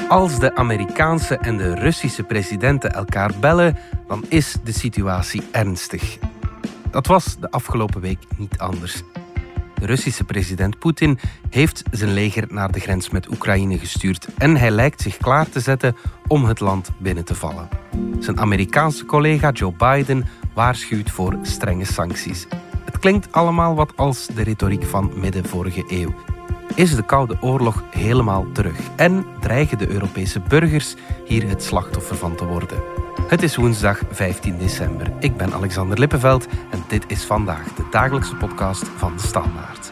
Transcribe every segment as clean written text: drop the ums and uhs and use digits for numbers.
Als de Amerikaanse en de Russische presidenten elkaar bellen, dan is de situatie ernstig. Dat was de afgelopen week niet anders. De Russische president Poetin heeft zijn leger naar de grens met Oekraïne gestuurd en hij lijkt zich klaar te zetten om het land binnen te vallen. Zijn Amerikaanse collega Joe Biden waarschuwt voor strenge sancties. Het klinkt allemaal wat als de retoriek van midden vorige eeuw. Is de Koude Oorlog helemaal terug? En dreigen de Europese burgers hier het slachtoffer van te worden? Het is woensdag 15 december. Ik ben Alexander Lippenveld en dit is Vandaag, de dagelijkse podcast van De Standaard.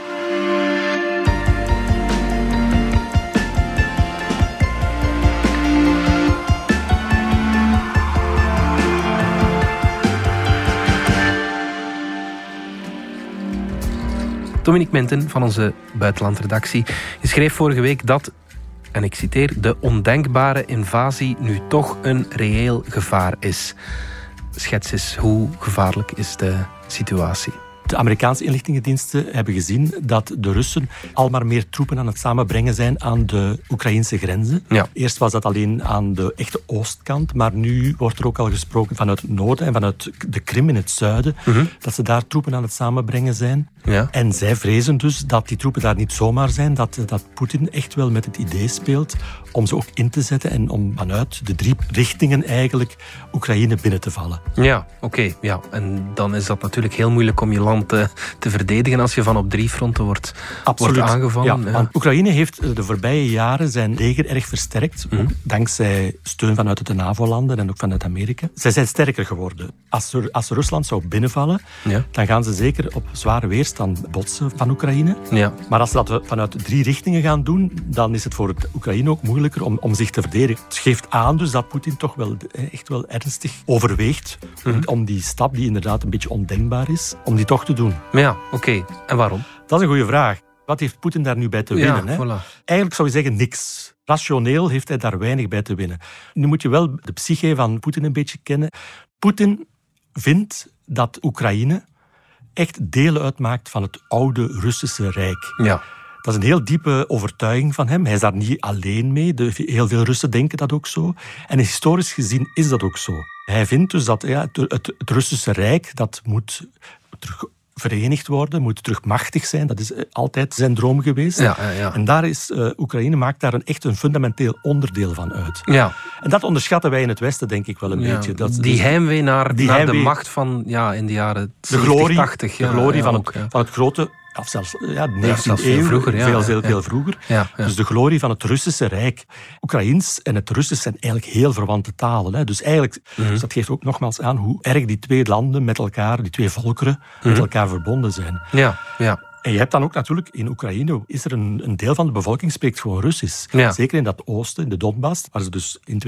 Dominique Minten van onze buitenlandredactie schreef vorige week dat, en ik citeer, de ondenkbare invasie nu toch een reëel gevaar is. Schets eens, hoe gevaarlijk is de situatie? De Amerikaanse inlichtingendiensten hebben gezien dat de Russen al maar meer troepen aan het samenbrengen zijn aan de Oekraïnse grenzen. Ja. Eerst was dat alleen aan de echte oostkant, maar nu wordt er ook al gesproken vanuit het noorden en vanuit de Krim in het zuiden, dat ze daar troepen aan het samenbrengen zijn. Ja. En zij vrezen dus dat die troepen daar niet zomaar zijn, dat Poetin echt wel met het idee speelt om ze ook in te zetten en om vanuit de 3 richtingen eigenlijk Oekraïne binnen te vallen. Ja, oké. Ja. En dan is dat natuurlijk heel moeilijk om je land te verdedigen als je van op 3 fronten wordt aangevallen. Ja, want Oekraïne heeft de voorbije jaren zijn leger erg versterkt, ook dankzij steun vanuit de NAVO-landen en ook vanuit Amerika. Zij zijn sterker geworden. Als Rusland zou binnenvallen, dan gaan ze zeker op zware weerstand botsen van Oekraïne. Ja. Maar als ze dat vanuit 3 richtingen gaan doen, dan is het voor Oekraïne ook moeilijker om zich te verdedigen. Het geeft aan dus dat Poetin toch wel echt wel ernstig overweegt om die stap, die inderdaad een beetje ondenkbaar is, om die toch te doen. Ja, oké. En waarom? Dat is een goede vraag. Wat heeft Poetin daar nu bij te winnen? Hè? Voilà. Eigenlijk zou je zeggen niks. Rationeel heeft hij daar weinig bij te winnen. Nu moet je wel de psyche van Poetin een beetje kennen. Poetin vindt dat Oekraïne echt deel uitmaakt van het oude Russische Rijk. Ja. Dat is een heel diepe overtuiging van hem. Hij is daar niet alleen mee. Heel veel Russen denken dat ook zo. En historisch gezien is dat ook zo. Hij vindt dus dat het Russische Rijk dat moet terug verenigd worden, moet terug machtig zijn. Dat is altijd zijn droom geweest. Ja. En daar is Oekraïne maakt daar echt een fundamenteel onderdeel van uit. Ja. En dat onderschatten wij in het Westen, denk ik wel een beetje. Die heimwee naar de macht van in de jaren 70, 80. De glorie van het grote, of zelfs de 19e eeuw, vroeger, veel vroeger. Ja. Dus de glorie van het Russische Rijk. Oekraïens en het Russisch zijn eigenlijk heel verwante talen. Hè. Dus eigenlijk, dus dat geeft ook nogmaals aan hoe erg die 2 landen met elkaar, die 2 volkeren, met elkaar verbonden zijn. Ja. En je hebt dan ook natuurlijk, in Oekraïne is er een deel van de bevolking spreekt gewoon Russisch. Ja. Zeker in dat oosten, in de Donbass, waar ze dus in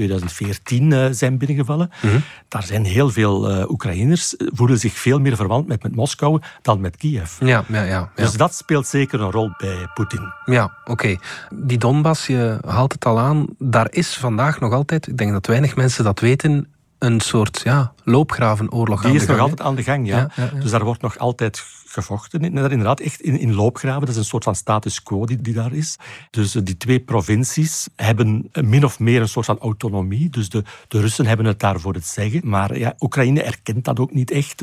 2014 zijn binnengevallen. Daar zijn heel veel Oekraïners, voelen zich veel meer verwant met Moskou dan met Kiev. Ja. Dus dat speelt zeker een rol bij Poetin. Ja, oké. Die Donbass, je haalt het al aan, daar is vandaag nog altijd, ik denk dat weinig mensen dat weten, een soort loopgravenoorlog aan de gang. Die is nog altijd aan de gang, ja. Dus daar wordt nog altijd gevochten. Inderdaad, echt in loopgraven. Dat is een soort van status quo die daar is. Dus die 2 provincies hebben min of meer een soort van autonomie. Dus de Russen hebben het daar voor het zeggen. Maar Oekraïne erkent dat ook niet echt.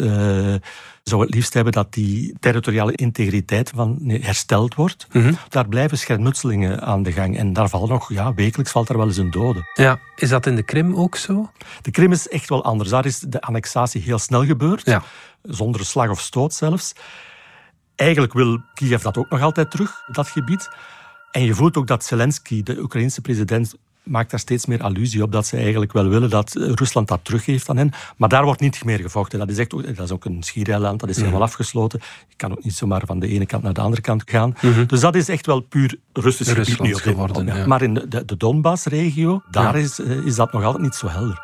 Zou het liefst hebben dat die territoriale integriteit hersteld wordt. Daar blijven schermutselingen aan de gang. En daar valt nog, wekelijks valt er wel eens een dode. Ja, is dat in de Krim ook zo? De Krim is echt wel anders. Daar is de annexatie heel snel gebeurd. Ja. Zonder slag of stoot zelfs. Eigenlijk wil Kiev dat ook nog altijd terug, dat gebied. En je voelt ook dat Zelensky, de Oekraïense president, maakt daar steeds meer allusie op dat ze eigenlijk wel willen dat Rusland dat teruggeeft aan hen. Maar daar wordt niet meer gevochten. Dat is ook een schiereiland, dat is helemaal afgesloten. Je kan ook niet zomaar van de ene kant naar de andere kant gaan. Dus dat is echt wel puur Russisch gebied nu geworden. Ja. Maar in de Donbass-regio, daar is dat nog altijd niet zo helder.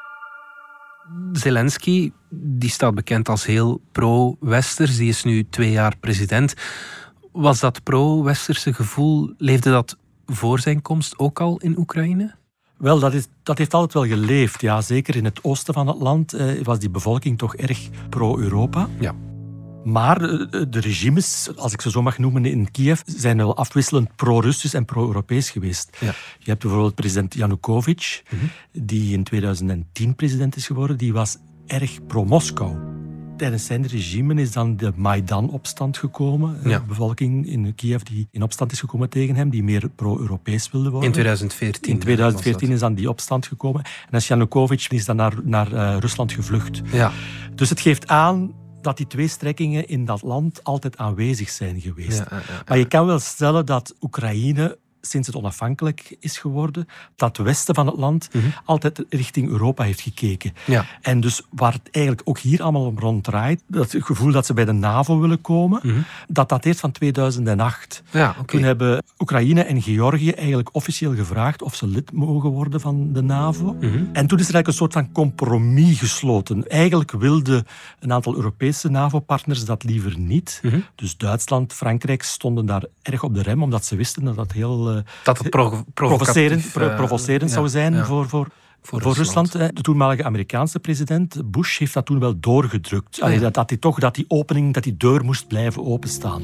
Zelensky, die staat bekend als heel pro-Westers. Die is nu 2 jaar president. Was dat pro-Westerse gevoel, leefde dat voor zijn komst ook al in Oekraïne? Wel, dat heeft altijd wel geleefd. Ja, zeker in het oosten van het land was die bevolking toch erg pro-Europa. Ja. Maar de regimes, als ik ze zo mag noemen, in Kiev zijn wel afwisselend pro-Russisch en pro-Europees geweest. Ja. Je hebt bijvoorbeeld president Yanukovych, die in 2010 president is geworden. Die was erg pro-Moskou. Tijdens zijn regime is dan de Maidan-opstand gekomen. De bevolking in Kiev die in opstand is gekomen tegen hem, die meer pro-Europees wilde worden. In 2014. In 2014 is dan die opstand gekomen. En als Yanukovych is dan naar Rusland gevlucht. Ja. Dus het geeft aan dat die twee strekkingen in dat land altijd aanwezig zijn geweest. Maar je kan wel stellen dat Oekraïne, sinds het onafhankelijk is geworden, dat het westen van het land altijd richting Europa heeft gekeken. Ja. En dus waar het eigenlijk ook hier allemaal om ronddraait, dat gevoel dat ze bij de NAVO willen komen, dat dateert van 2008. Ja, okay. Toen hebben Oekraïne en Georgië eigenlijk officieel gevraagd of ze lid mogen worden van de NAVO. En toen is er eigenlijk een soort van compromis gesloten. Eigenlijk wilden een aantal Europese NAVO-partners dat liever niet. Dus Duitsland, Frankrijk stonden daar erg op de rem, omdat ze wisten dat dat heel dat het provocerend zou zijn voor Rusland. De toenmalige Amerikaanse president Bush heeft dat toen wel doorgedrukt. Dat die opening, dat die deur moest blijven openstaan.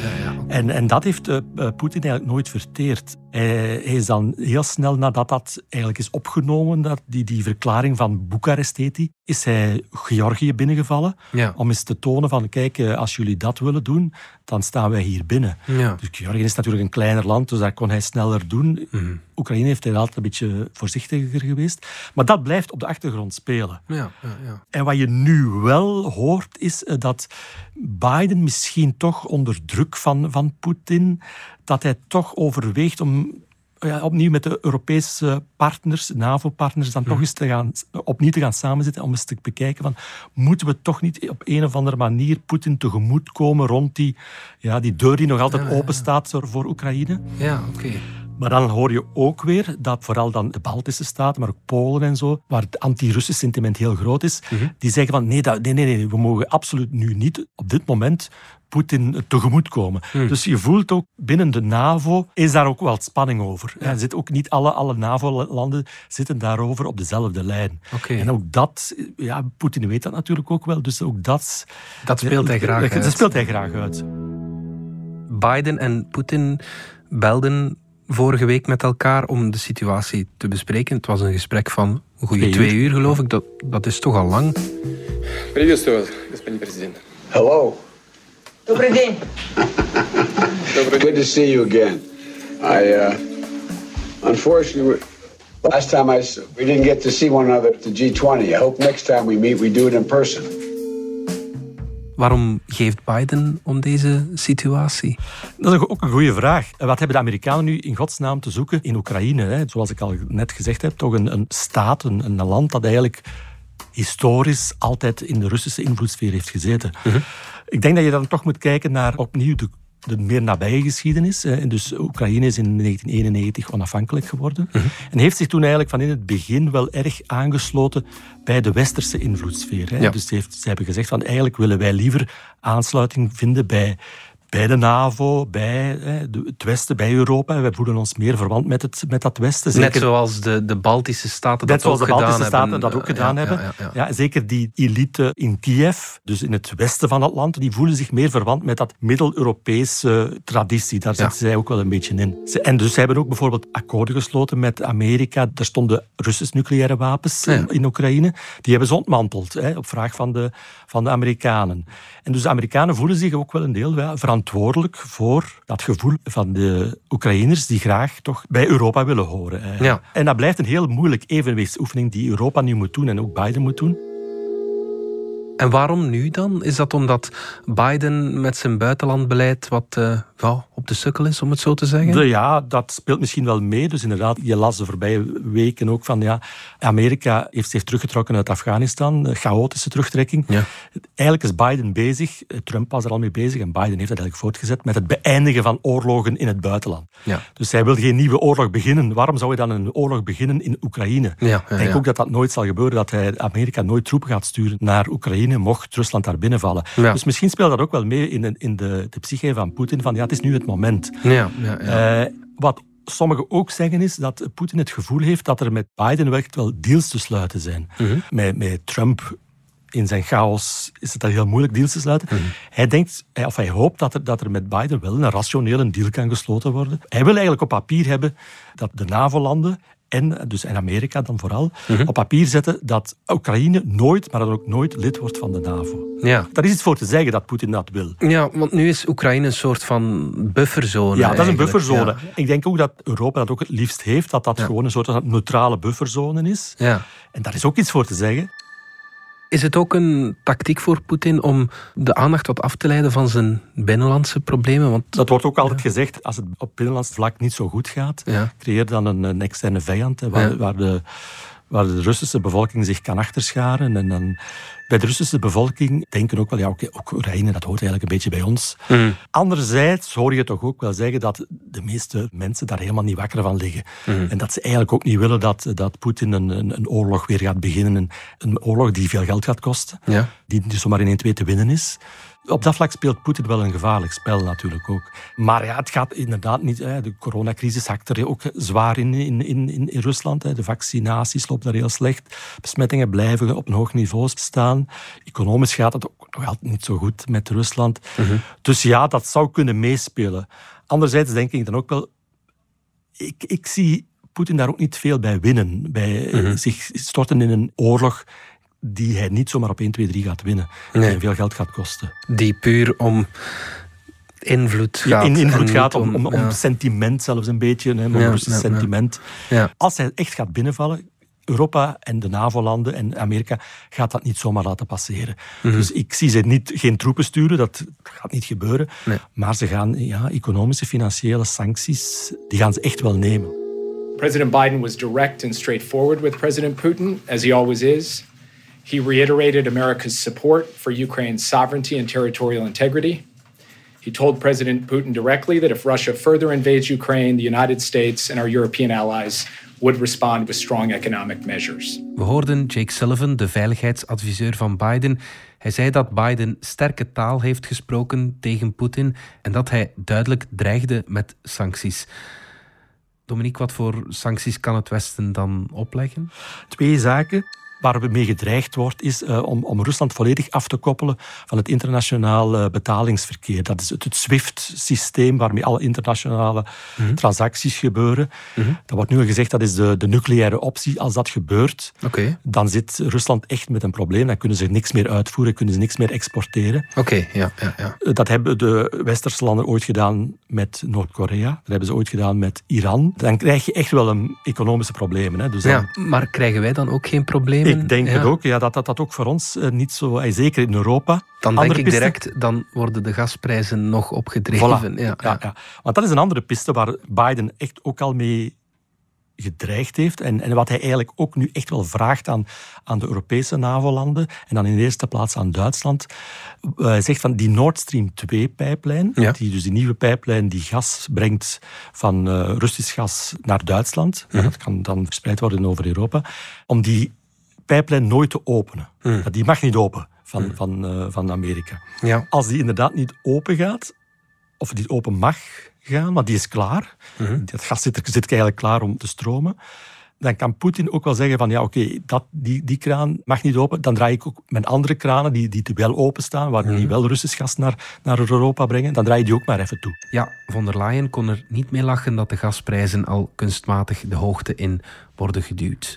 En dat heeft Poetin eigenlijk nooit verteerd. Hij is dan heel snel nadat dat eigenlijk is opgenomen, die verklaring van Boekarest heet die, is hij Georgië binnengevallen om eens te tonen van, kijk, als jullie dat willen doen, dan staan wij hier binnen. Ja. Dus Georgië is natuurlijk een kleiner land, dus dat kon hij sneller doen. Oekraïne heeft hij altijd een beetje voorzichtiger geweest. Maar dat blijft op de achtergrond spelen. En wat je nu wel hoort, is dat Biden misschien toch onder druk van Poetin, dat hij toch overweegt om opnieuw met de Europese partners, NAVO-partners, dan toch eens opnieuw te gaan samenzitten om eens te bekijken van, moeten we toch niet op een of andere manier Poetin tegemoetkomen rond die deur die nog altijd open staat voor Oekraïne? Ja, oké. Maar dan hoor je ook weer dat vooral dan de Baltische staten, maar ook Polen en zo, waar het anti-Russisch sentiment heel groot is, die zeggen van nee, we mogen absoluut nu niet op dit moment Poetin tegemoetkomen. Dus je voelt ook binnen de NAVO is daar ook wel spanning over. Ja. Zit ook niet alle NAVO-landen zitten daarover op dezelfde lijn. Okay. En ook dat, Poetin weet dat natuurlijk ook wel, dus ook dat speelt hij graag uit. Dat speelt hij graag uit. Biden en Poetin belden vorige week met elkaar om de situatie te bespreken. Het was een gesprek van een goede 2 uur, geloof ik. Dat is toch al lang. Приветствую вас, господин президент. Hello. Добрый день. Good to see you again. Unfortunately, last time we didn't get to see one another at the G20. I hope next time we meet, we do it in person. Waarom geeft Biden om deze situatie? Dat is ook een goede vraag. Wat hebben de Amerikanen nu in godsnaam te zoeken in Oekraïne? Hè? Zoals ik al net gezegd heb, toch een staat, een land dat eigenlijk historisch altijd in de Russische invloedssfeer heeft gezeten. Ik denk dat je dan toch moet kijken naar opnieuw de meer nabije geschiedenis. Dus Oekraïne is in 1991 onafhankelijk geworden. En heeft zich toen eigenlijk van in het begin wel erg aangesloten bij de westerse invloedssfeer. Ja. Dus ze hebben gezegd van eigenlijk willen wij liever aansluiting vinden bij de NAVO, bij het Westen, bij Europa. Wij voelen ons meer verwant met dat Westen. Zeker, net zoals de Baltische Staten dat ook gedaan hebben. Ja, zeker die elite in Kiev, dus in het westen van het land, die voelen zich meer verwant met dat Middel-Europese traditie. Daar zitten zij ook wel een beetje in. En dus ze hebben ook bijvoorbeeld akkoorden gesloten met Amerika. Er stonden Russische nucleaire wapens in Oekraïne. Die hebben ze ontmanteld, op vraag van de Amerikanen. En dus de Amerikanen voelen zich ook wel een deel verantwoordelijk voor dat gevoel van de Oekraïners die graag toch bij Europa willen horen. Ja. En dat blijft een heel moeilijk evenwichtsoefening die Europa nu moet doen en ook Biden moet doen. En waarom nu dan? Is dat omdat Biden met zijn buitenlandbeleid wat op de sukkel is, om het zo te zeggen? Ja, dat speelt misschien wel mee. Dus inderdaad, je las de voorbije weken ook van Amerika heeft zich teruggetrokken uit Afghanistan. Chaotische terugtrekking. Ja. Eigenlijk is Biden bezig, Trump was er al mee bezig en Biden heeft dat eigenlijk voortgezet met het beëindigen van oorlogen in het buitenland. Ja. Dus hij wil geen nieuwe oorlog beginnen. Waarom zou hij dan een oorlog beginnen in Oekraïne? Ik denk ook dat dat nooit zal gebeuren, dat Amerika nooit troepen gaat sturen naar Oekraïne mocht Rusland daar binnenvallen. Ja. Dus misschien speelt dat ook wel mee in de psyche van Poetin van het is nu het moment. Wat sommigen ook zeggen is dat Poetin het gevoel heeft dat er met Biden echt wel deals te sluiten zijn. Met Trump in zijn chaos is het dan heel moeilijk deals te sluiten. Hij denkt, of hij hoopt dat er met Biden wel een rationele deal kan gesloten worden. Hij wil eigenlijk op papier hebben dat de NAVO-landen en Amerika dan vooral, op papier zetten dat Oekraïne nooit, maar dan ook nooit lid wordt van de NAVO. Ja. Daar is iets voor te zeggen dat Poetin dat wil. Ja, want nu is Oekraïne een soort van bufferzone. Ja, dat is een bufferzone. Ja. Ik denk ook dat Europa dat ook het liefst heeft, dat gewoon een soort van neutrale bufferzone is. Ja. En daar is ook iets voor te zeggen. Is het ook een tactiek voor Poetin om de aandacht wat af te leiden van zijn binnenlandse problemen? Want Dat wordt ook altijd gezegd, als het op binnenlands vlak niet zo goed gaat, creëer dan een externe vijand, waar de Russische bevolking zich kan achterscharen. En dan bij de Russische bevolking denken ook wel, ook Oekraïne, dat hoort eigenlijk een beetje bij ons. Anderzijds hoor je toch ook wel zeggen dat de meeste mensen daar helemaal niet wakker van liggen. En dat ze eigenlijk ook niet willen dat Poetin een oorlog weer gaat beginnen. Een oorlog die veel geld gaat kosten. Ja. Die dus zomaar in 1-2 te winnen is. Op dat vlak speelt Poetin wel een gevaarlijk spel natuurlijk ook. Maar het gaat inderdaad niet. De coronacrisis hakt er ook zwaar in Rusland. De vaccinaties lopen daar heel slecht. Besmettingen blijven op een hoog niveau staan. Economisch gaat het ook nog altijd niet zo goed met Rusland. Dus ja, dat zou kunnen meespelen. Anderzijds denk ik dan ook wel... Ik zie Poetin daar ook niet veel bij winnen. Bij zich storten in een oorlog die hij niet zomaar op 1, 2, 3 gaat winnen. Nee. En veel geld gaat kosten. Die puur om invloed gaat. Invloed gaat om sentiment zelfs een beetje. Om Russisch sentiment. Ja. Als hij echt gaat binnenvallen, Europa en de NAVO-landen en Amerika gaat dat niet zomaar laten passeren. Dus ik zie ze geen troepen sturen, dat gaat niet gebeuren. Nee. Maar ze gaan economische, financiële sancties, die gaan ze echt wel nemen. President Biden was direct and straightforward with President Putin, as he always is. He reiterated America's support for Ukraine's sovereignty and territorial integrity. He told President Putin directly that if Russia further invades Ukraine, the United States and our European allies would respond with strong economic measures. We hoorden Jake Sullivan, de veiligheidsadviseur van Biden. Hij zei dat Biden sterke taal heeft gesproken tegen Poetin en dat hij duidelijk dreigde met sancties. Dominique, wat voor sancties kan het Westen dan opleggen? 2 zaken. Waar mee gedreigd wordt, is om Rusland volledig af te koppelen van het internationaal betalingsverkeer. Dat is het SWIFT-systeem waarmee alle internationale transacties gebeuren. Dat wordt nu al gezegd, dat is de nucleaire optie. Als dat gebeurt, dan zit Rusland echt met een probleem. Dan kunnen ze niks meer uitvoeren, kunnen ze niks meer exporteren. Ja. Dat hebben de westerse landen ooit gedaan met Noord-Korea. Dat hebben ze ooit gedaan met Iran. Dan krijg je echt wel een economische problemen. Hè. Dus maar krijgen wij dan ook geen problemen? Ik denk het ook, dat ook voor ons niet zo... Zeker in Europa. Dan denk ik direct, dan worden de gasprijzen nog opgedreven. Voilà. Ja. Want dat is een andere piste waar Biden echt ook al mee gedreigd heeft. En wat hij eigenlijk ook nu echt wel vraagt aan de Europese NAVO-landen en dan in de eerste plaats aan Duitsland. Hij zegt van die Nord Stream 2-pijplijn, dus die nieuwe pijplijn die gas brengt van Russisch gas naar Duitsland. Dat kan dan verspreid worden over Europa. Om die pijplijn nooit te openen. Die mag niet open van Amerika. Ja. Als die inderdaad niet open gaat, of die open mag gaan, maar die is klaar. Dat gas zit eigenlijk klaar om te stromen. Dan kan Poetin ook wel zeggen van die kraan mag niet open. Dan draai ik ook mijn andere kranen die wel openstaan, waar die wel Russisch gas naar Europa brengen. Dan draai je die ook maar even toe. Ja, von der Leyen kon er niet mee lachen dat de gasprijzen al kunstmatig de hoogte in worden geduwd.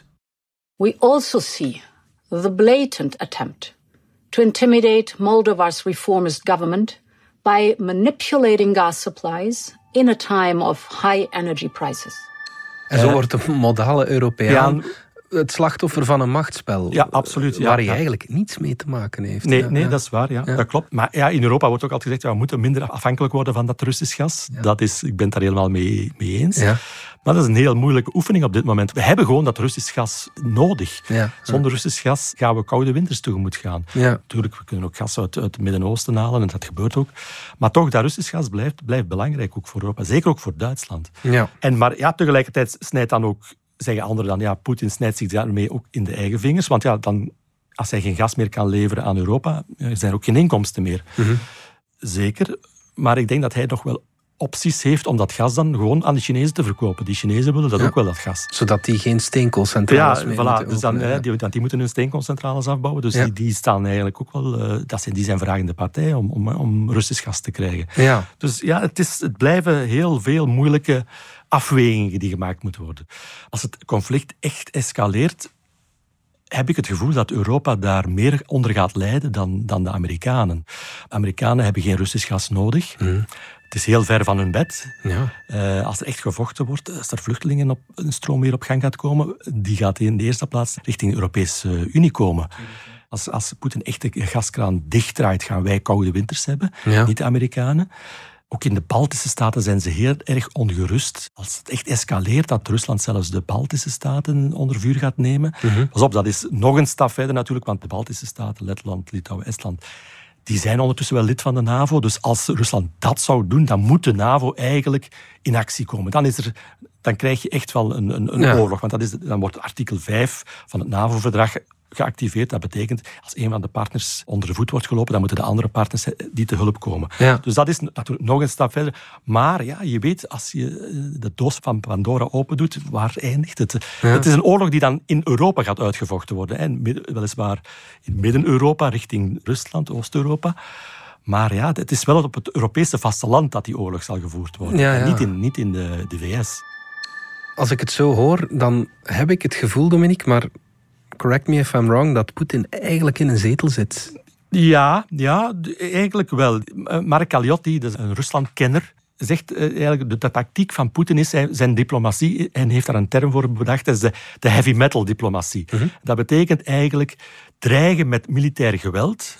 We also see the blatant attempt to intimidate Moldova's reformist government by manipulating gas supplies in a time of high energy prices. En zo wordt de modale Europeaan het slachtoffer van een machtsspel. Ja, absoluut. Waar hij eigenlijk niets mee te maken heeft. Nee, dat is waar. Ja. Dat klopt. Maar in Europa wordt ook altijd gezegd, we moeten minder afhankelijk worden van dat Russisch gas. Ja. Ik ben het daar helemaal mee eens. Ja. Maar dat is een heel moeilijke oefening op dit moment. We hebben gewoon dat Russisch gas nodig. Ja. Zonder Russisch gas gaan we koude winters tegemoet gaan. Ja. Natuurlijk, we kunnen ook gas uit het Midden-Oosten halen en dat gebeurt ook. Maar toch, dat Russisch gas blijft belangrijk ook voor Europa. Zeker ook voor Duitsland. Ja. Maar tegelijkertijd snijdt dan ook, zeggen anderen dan, Poetin snijdt zich daarmee ook in de eigen vingers. Want dan, als hij geen gas meer kan leveren aan Europa, zijn er ook geen inkomsten meer. Zeker. Maar ik denk dat hij nog wel opties heeft om dat gas dan gewoon aan de Chinezen te verkopen. Die Chinezen willen dat ook wel, dat gas. Zodat die geen steenkoolcentrales meer moeten dus dan, die moeten hun steenkoolcentrales afbouwen. Dus die staan eigenlijk ook wel... die zijn vragende partij om Russisch gas te krijgen. Ja. Dus het blijven heel veel moeilijke afwegingen die gemaakt moeten worden. Als het conflict echt escaleert, heb ik het gevoel dat Europa daar meer onder gaat lijden dan de Amerikanen. Amerikanen hebben geen Russisch gas nodig. Het is heel ver van hun bed. Ja. Als er echt gevochten wordt, als er vluchtelingen op een stroom weer op gang gaat komen, die gaat in de eerste plaats richting de Europese Unie komen. Als Poetin echt de gaskraan dichtdraait, gaan wij koude winters hebben, niet de Amerikanen. Ook in de Baltische staten zijn ze heel erg ongerust. Als het echt escaleert, dat Rusland zelfs de Baltische staten onder vuur gaat nemen. Pas op, dat is nog een stap verder natuurlijk, want de Baltische staten, Letland, Litouwen, Estland, die zijn ondertussen wel lid van de NAVO. Dus als Rusland dat zou doen, dan moet de NAVO eigenlijk in actie komen. Dan krijg je echt wel een oorlog. Want dan wordt artikel 5 van het NAVO-verdrag geactiveerd. Dat betekent, als een van de partners onder de voet wordt gelopen, dan moeten de andere partners die te hulp komen. Ja. Dus dat is natuurlijk nog een stap verder. Maar je weet, als je de doos van Pandora open doet, waar eindigt het? Ja. Het is een oorlog die dan in Europa gaat uitgevochten worden. Hè. Weliswaar in Midden-Europa, richting Rusland, Oost-Europa. Maar het is wel op het Europese vasteland dat die oorlog zal gevoerd worden. Ja. En niet in de VS. Als ik het zo hoor, dan heb ik het gevoel, Dominique, maar correct me if I'm wrong, dat Poetin eigenlijk in een zetel zit. Ja, eigenlijk wel. Mark Galeotti, dat is een Rusland-kenner, zegt eigenlijk de tactiek van Poetin is zijn diplomatie, en heeft daar een term voor bedacht, dat is de heavy metal diplomatie. Dat betekent eigenlijk dreigen met militair geweld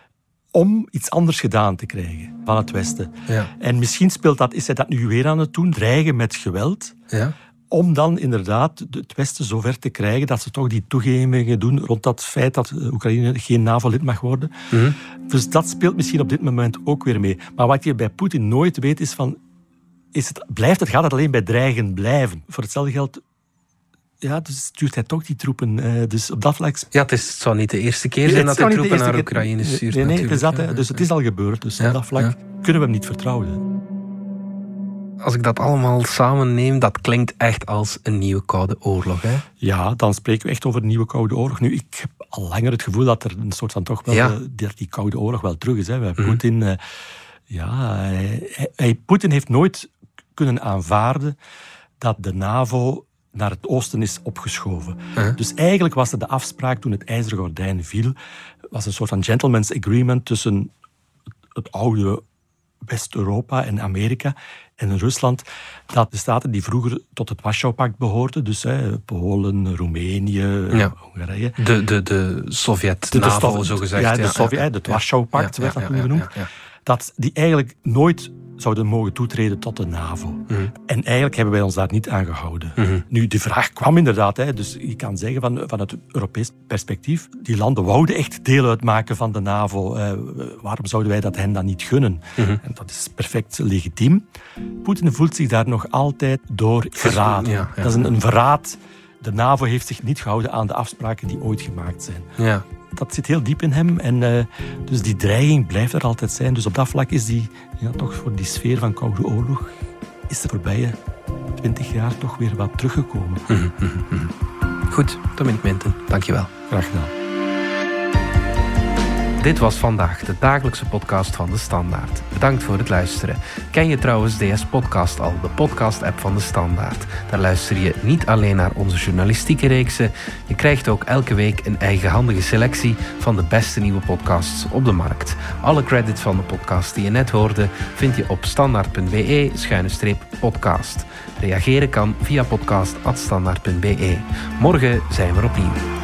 om iets anders gedaan te krijgen van het Westen. Ja. En misschien is hij dat nu weer aan het doen, dreigen met geweld. Ja. Om dan inderdaad het Westen zover te krijgen dat ze toch die toegevingen doen rond dat feit dat Oekraïne geen NAVO-lid mag worden. Dus dat speelt misschien op dit moment ook weer mee. Maar wat je bij Poetin nooit weet is van, gaat het alleen bij dreigen blijven? Voor hetzelfde geld dus stuurt hij toch die troepen. Dus op dat vlak... Ja, het zou niet de eerste keer zijn dat hij troepen naar Oekraïne stuurt. Nee, het is dat. Dus het is al gebeurd. Dus op dat vlak kunnen we hem niet vertrouwen. Als ik dat allemaal samenneem, dat klinkt echt als een nieuwe Koude Oorlog. Hè? Ja, dan spreken we echt over een nieuwe Koude Oorlog. Nu, ik heb al langer het gevoel dat er een soort van toch wel die Koude Oorlog wel terug is. Hè. Bij Poetin, Poetin heeft nooit kunnen aanvaarden dat de NAVO naar het oosten is opgeschoven. Dus eigenlijk was er de afspraak toen het IJzeren Gordijn viel, was een soort van gentleman's agreement tussen het oude West-Europa en Amerika en Rusland, dat de staten die vroeger tot het Warschau-pact behoorden, dus Polen, Roemenië, Hongarije. De Sovjet-NAVO, zo gezegd. Het Warschau-pact werd dat toen genoemd. Dat die eigenlijk nooit zouden mogen toetreden tot de NAVO. En eigenlijk hebben wij ons daar niet aan gehouden. Nu, de vraag kwam inderdaad. Dus je kan zeggen van het Europees perspectief, die landen wouden echt deel uitmaken van de NAVO. Waarom zouden wij dat hen dan niet gunnen? En dat is perfect legitiem. Poetin voelt zich daar nog altijd door verraden. Dat is een verraad. De NAVO heeft zich niet gehouden aan de afspraken die ooit gemaakt zijn. Ja. Dat zit heel diep in hem. En dus die dreiging blijft er altijd zijn. Dus op dat vlak is die, toch voor die sfeer van Koude Oorlog, is de voorbije 20 jaar toch weer wat teruggekomen. Goed, Dominique Minten, dankjewel. Graag gedaan. Dit was vandaag de dagelijkse podcast van De Standaard. Bedankt voor het luisteren. Ken je trouwens DS Podcast al, de podcast-app van De Standaard? Daar luister je niet alleen naar onze journalistieke reeksen, je krijgt ook elke week een eigenhandige selectie van de beste nieuwe podcasts op de markt. Alle credits van de podcast die je net hoorde vind je op standaard.be/podcast. Reageren kan via podcast@standaard.be. Morgen zijn we opnieuw.